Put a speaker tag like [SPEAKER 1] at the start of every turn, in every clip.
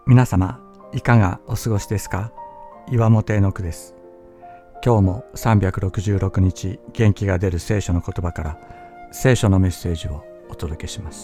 [SPEAKER 1] 皆様いかがお過ごしですか？岩本絵の句です。今日も366日元気が出る聖書の言葉から聖書のメッセージをお届けします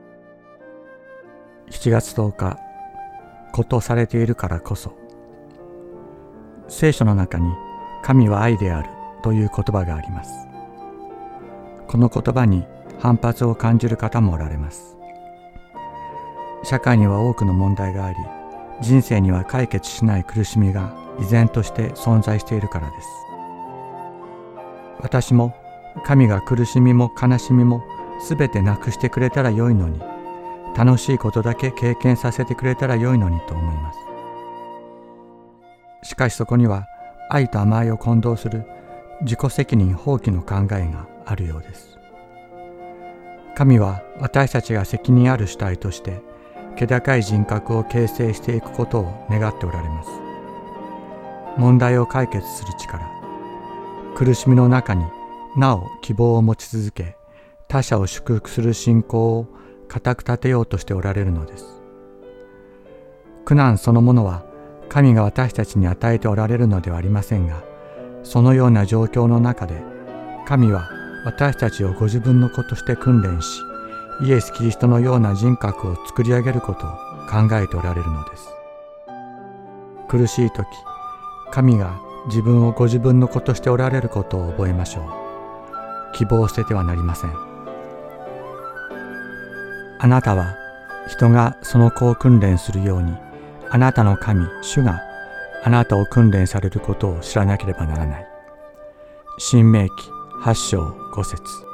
[SPEAKER 1] 。7月10日、ことされているからこそ。聖書の中に神は愛であるという言葉があります。この言葉に反発を感じる方もおられます。社会には多くの問題があり、人生には解決しない苦しみが依然として存在しているからです。私も神が苦しみも悲しみもすべてなくしてくれたらよいのに、楽しいことだけ経験させてくれたらよいのにと思います。しかしそこには愛と甘えを混同する自己責任放棄の考えがあるようです。神は私たちが責任ある主体として気高い人格を形成していくことを願っておられます。問題を解決する力、苦しみの中になお希望を持ち続け、他者を祝福する信仰を固く立てようとしておられるのです。苦難そのものは神が私たちに与えておられるのではありませんが、そのような状況の中で神は私たちをご自分の子として訓練し、イエス・キリストのような人格を作り上げることを考えておられるのです。苦しいとき、神が自分をご自分の子としておられることを覚えましょう。希望を捨ててはなりません。あなたは人がその子を訓練するように、あなたの神、主があなたを訓練されることを知らなければならない。申命記8章5節。